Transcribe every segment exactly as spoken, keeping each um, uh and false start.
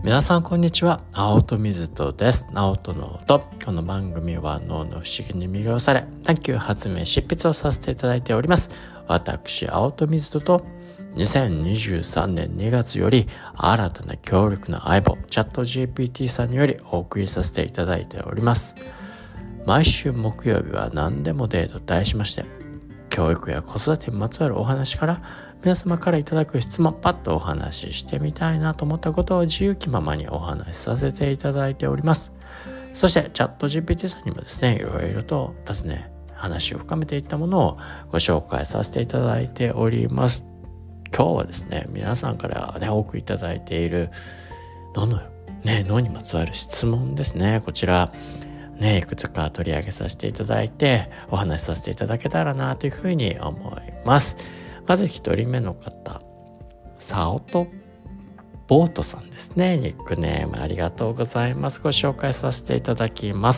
皆さんこんにちは。青戸水戸です。青戸の音。この番組は脳の不思議に魅了され探求発明執筆をさせていただいております。私青戸水戸とにせんにじゅうさんねんにがつより新たな強力な相棒チャット ジーピーティー さんによりお送りさせていただいております。毎週木曜日は何でもデーと題しまして、教育や子育てにまつわるお話から皆様からいただく質問、パッとお話ししてみたいなと思ったことを自由気ままにお話しさせていただいております。そしてチャット ジーピーティー さんにもですね、いろいろとですね、話を深めていったものをご紹介させていただいております。今日はですね、皆さんからね、多くいただいている脳のね、脳にまつわる質問ですね。こちらね、いくつか取り上げさせていただいてお話しさせていただけたらなというふうに思います。まず一人目の方、サオトボートさんですね。ニックネームありがとうございます。ご紹介させていただきます。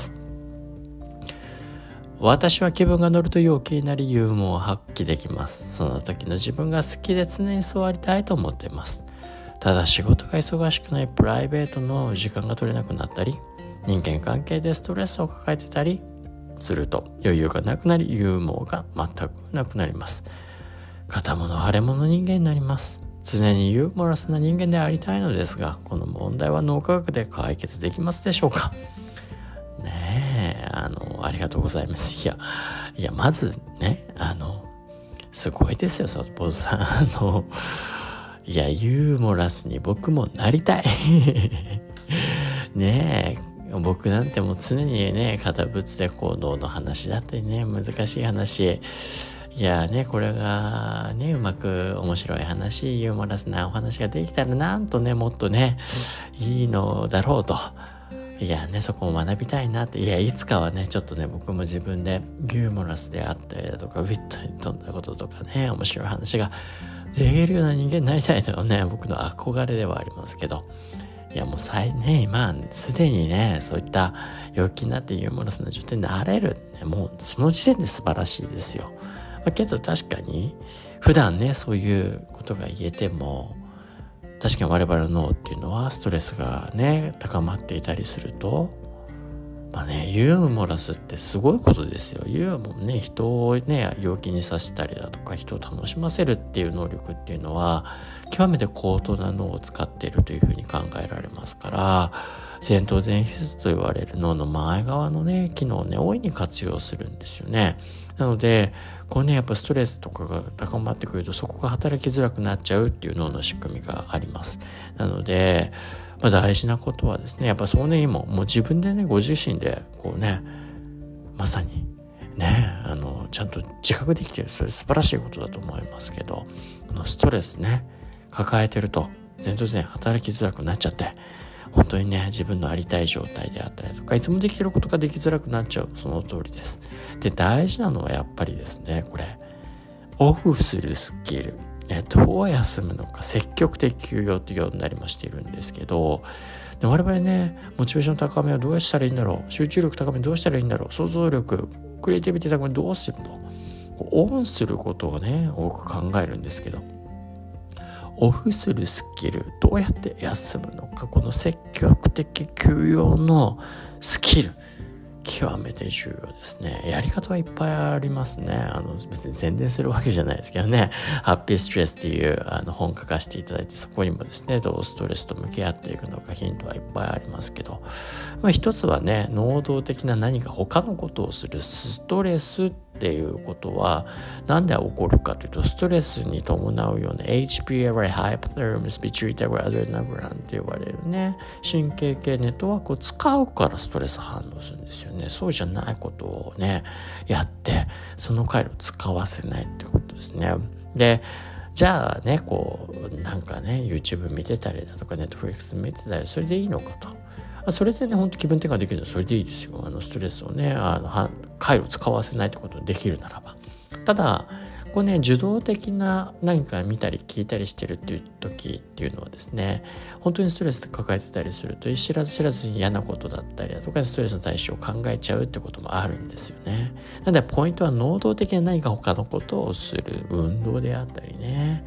私は気分が乗ると陽気になりユーモアを発揮できます。その時の自分が好きで常にそうありたいと思っています。ただ仕事が忙しくないプライベートの時間が取れなくなったり、人間関係でストレスを抱えてたりすると余裕がなくなりユーモアが全くなくなります。片物腫れ物人間になります。常にユーモラスな人間でありたいのですが、この問題は脳科学で解決できますでしょうか。ねえ、あのありがとうございます。いやいやまずね、あのすごいですよ、サポーさん。あのいやユーモラスに僕もなりたいねえ、僕なんてもう常にね、堅物で行動の話だってね、難しい話、いやね、これがね、うまく面白い話、ユーモラスなお話ができたらなんとね、もっとね、いいのだろうと。いやね、そこを学びたいなって。いや、いつかはね、ちょっとね、僕も自分でユーモラスであったりだとか、ウィットに富んだこととかね、面白い話ができるような人間になりたいのはね、僕の憧れではありますけど、いやもう最ね、今すでにね、そういった陽気になってユーモラスな状態になれる、ね、もうその時点で素晴らしいですよ。まあ、けど確かに普段ね、そういうことが言えても、確かに我々の脳っていうのはストレスがね高まっていたりすると、まあね、ユーモラスってすごいことですよ。ユーモね、人をね陽気にさせたりだとか、人を楽しませるっていう能力っていうのは極めて高等な脳を使っているというふうに考えられますから、前頭前皮質と言われる脳の前側のね機能をね大いに活用するんですよね。なのでこうね、やっぱストレスとかが高まってくると、そこが働きづらくなっちゃうっていう脳の仕組みがあります。なので、まあ、大事なことはですね、やっぱそのね、今もう自分でね、ご自身でこうね、まさにね、あのちゃんと自覚できている、それ素晴らしいことだと思いますけど、このストレスね抱えてると前頭前働きづらくなっちゃって、本当にね、自分のありたい状態であったりとか、いつもできてることができづらくなっちゃう。その通りです。で、大事なのはやっぱりですね、これオフするスキル、えどう休むのか、積極的休養というようになりましているんですけど、で我々ね、モチベーション高めはどうしたらいいんだろう、集中力高めどうしたらいいんだろう、想像力、クリエイティビティ高めどうするの、オンすることをね多く考えるんですけど、オフするスキル、どうやって休むのか、この積極的休養のスキル、極めて重要ですね。やり方はいっぱいありますね。あの別に宣伝するわけじゃないですけどね、ハッピーストレスっていうあの本書かせていただいて、そこにもですね、どうストレスと向き合っていくのかヒントはいっぱいありますけど、まあ、一つはね、能動的な何か他のことをするストレスっていうことはなんで起こるかというと、ストレスに伴うような エイチピーエー Hypothalamus Pituitary Adrenal Gland って言われるね、神経系ネットワークを使うからストレス反応するんですよね。そうじゃないことをねやって、その回路を使わせないってことですね。で、じゃあね、こうなんかね YouTube 見てたりだとか Netflix 見てたり、それでいいのかと。それでね、本当気分転換できるのはそれでいいですよ。あのストレスをね、あの回路を使わせないってことができるならば。ただこうね、受動的な何か見たり聞いたりしてるっていう時っていうのはですね、本当にストレス抱えてたりすると、知らず知らずに嫌なことだったりだとか、ストレスの対象を考えちゃうってこともあるんですよね。なのでポイントは能動的な何か他のことをする運動であったりね、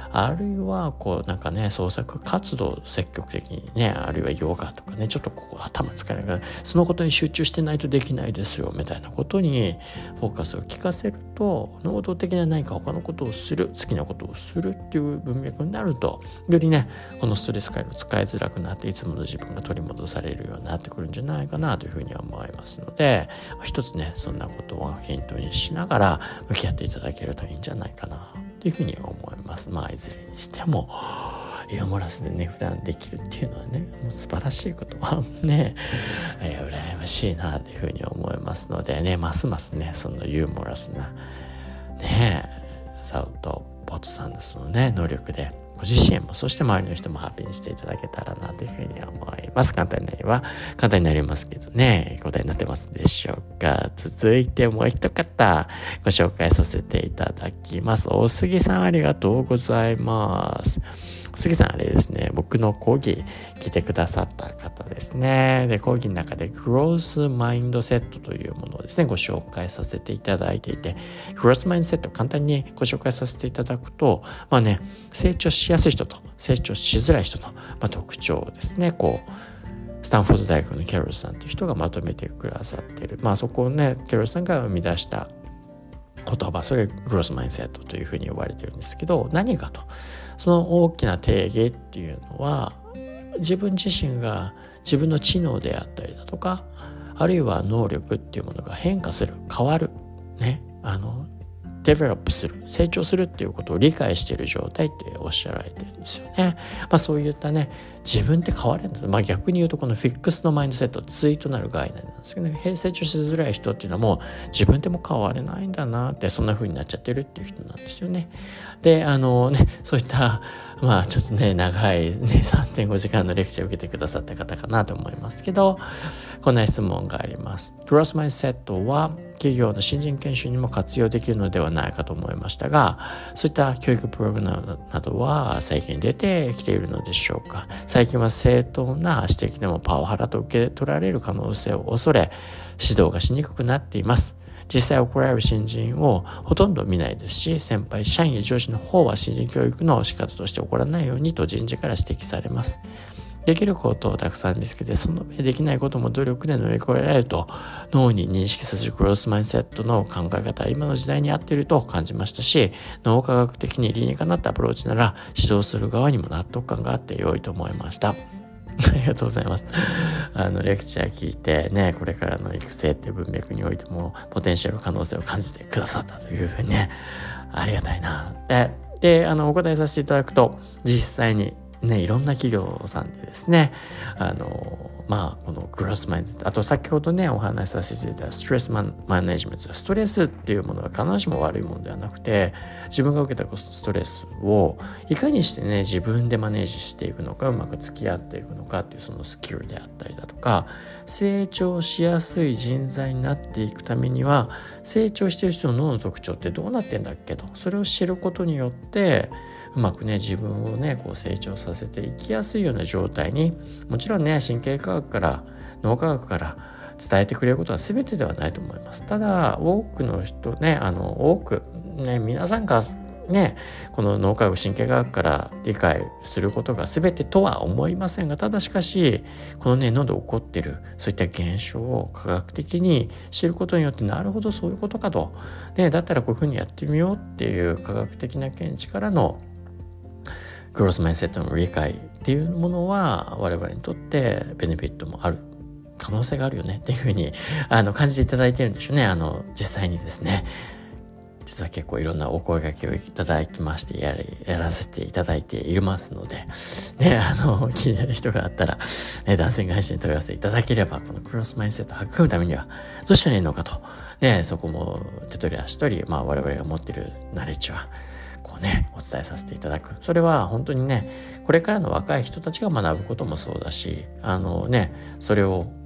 あるいはこうなんかね創作活動を積極的にね、あるいはヨガとかね、ちょっとここ頭使いながらそのことに集中してないとできないですよみたいなことにフォーカスを聞かせると、能動的な何か他のことをする、好きなことをするっていう文脈になると、よりねこのストレス回路使いづらくなって、いつもの自分が取り戻されるようになってくるんじゃないかなというふうには思いますので、一つねそんなことをヒントにしながら向き合っていただけるといいんじゃないかなというふうに思います。まあいずれにしてもユーモラスでね普段できるっていうのはね、もう素晴らしいことはね、えー、羨ましいなというふうに思いますのでね、ますますねそのユーモラスなねサウとボトさんのそのね能力でご自身もそして周りの人もハッピーにしていただけたらなというふうに思います。簡単になりは簡単になりますけどね、答えになってますでしょうか。続いてもう一方ご紹介させていただきます。お杉さん、ありがとうございます。お杉さん、あれですね、僕の講義来てくださった方ですね。で、講義の中でグロースマインドセットというものをですねご紹介させていただいていて、グロースマインドセット簡単にご紹介させていただくと、まあね成長しやすい人と成長しづらい人の、まあ、特徴をですね、こうスタンフォード大学のキャロルさんという人がまとめてくださっている、まあそこをねキャロルさんが生み出した言葉、それがグロースマインドセットというふうに呼ばれてるんですけど、何かとその大きな定義っていうのは、自分自身が自分の知能であったりだとか、あるいは能力っていうものが変化する、変わるね、あのデベロップする、成長するっていうことを理解している状態っておっしゃられてるんですよね。まあそういったね、自分って変われるんだ。まあ逆に言うとこのフィックスのマインドセット、対となる概念なんですけどね、成長しづらい人っていうのはもう自分でも変われないんだなって、そんな風になっちゃってるっていう人なんですよね。で、あのね、そういったまあちょっとね長いね さんてんご 時間のレクチャーを受けてくださった方かなと思いますけど、こんな質問があります。グロースマインドセットは企業の新人研修にも活用できるのではないかと思いましたが、そういった教育プログラムなどは最近出てきているのでしょうか。最近は正当な指摘でもパワハラと受け取られる可能性を恐れ、指導がしにくくなっています。実際怒られる新人をほとんど見ないですし、先輩社員や上司の方は新人教育の仕方として怒らないようにと人事から指摘されます。できることをたくさん見つけて、その上できないことも努力で乗り越えられると脳に認識させるグロースマインドセットの考え方は今の時代に合っていると感じましたし、脳科学的に理にかなったアプローチなら指導する側にも納得感があって良いと思いました。ありがとうございます。あのレクチャー聞いてね、これからの育成っていう文脈においてもポテンシャル可能性を感じてくださったというふうにね、ありがたいな。で、であのお答えさせていただくと、実際にね、いろんな企業さんでですね、あのまあこのグロースマインド、あと先ほどねお話しさせていただいたストレスマネジメント、ストレスっていうものは必ずしも悪いものではなくて、自分が受けたストレスをいかにしてね自分でマネージしていくのか、うまく付き合っていくのかっていうそのスキルであったりだとか、成長しやすい人材になっていくためには、成長している人の脳の特徴ってどうなってんだっけと、それを知ることによってうまくね自分をねこう成長させていきやすいような状態に、もちろんね神経科学から脳科学から伝えてくれることは全てではないと思います。ただ多くの人ね、あの多くね皆さんがねこの脳科学神経科学から理解することが全てとは思いませんが、ただしかしこのね脳で起こっているそういった現象を科学的に知ることによって、なるほどそういうことかと、ね、だったらこういうふうにやってみようっていう科学的な見地からのグロースマインドセットの理解っていうものは我々にとってベネフィットもある可能性があるよねっていうふうにあの感じていただいてるんでしょうね。あの実際にですね、実は結構いろんなお声掛けをいただきましてやりやらせていただいていますのでね、あの気になる人があったら、ね、男性会社に問い合わせいただければ、このグロースマインドセットを育むためにはどうしたらいいのかとね、そこも手取り足取り、まあ我々が持っているナレッジはこうねお伝えさせていただく。それは本当にねこれからの若い人たちが学ぶこともそうだし、あのねそれを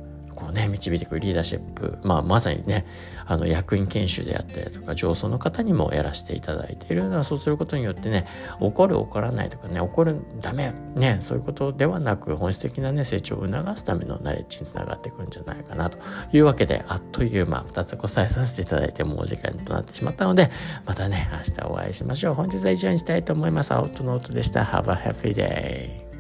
こうね、導いていくリーダーシップ、まあまさにね、あの役員研修であったりとか、上層の方にもやらせていただいているのは、そうすることによってね、怒る怒らないとかね、怒るダメね、そういうことではなく、本質的なね、成長を促すためのナレッジにつながっていくんじゃないかなというわけで、あっという間ふたつ答えさせていただいて、もうお時間となってしまったので、またね、明日お会いしましょう。本日は以上にしたいと思います。アウトノートでした。Have a happy day.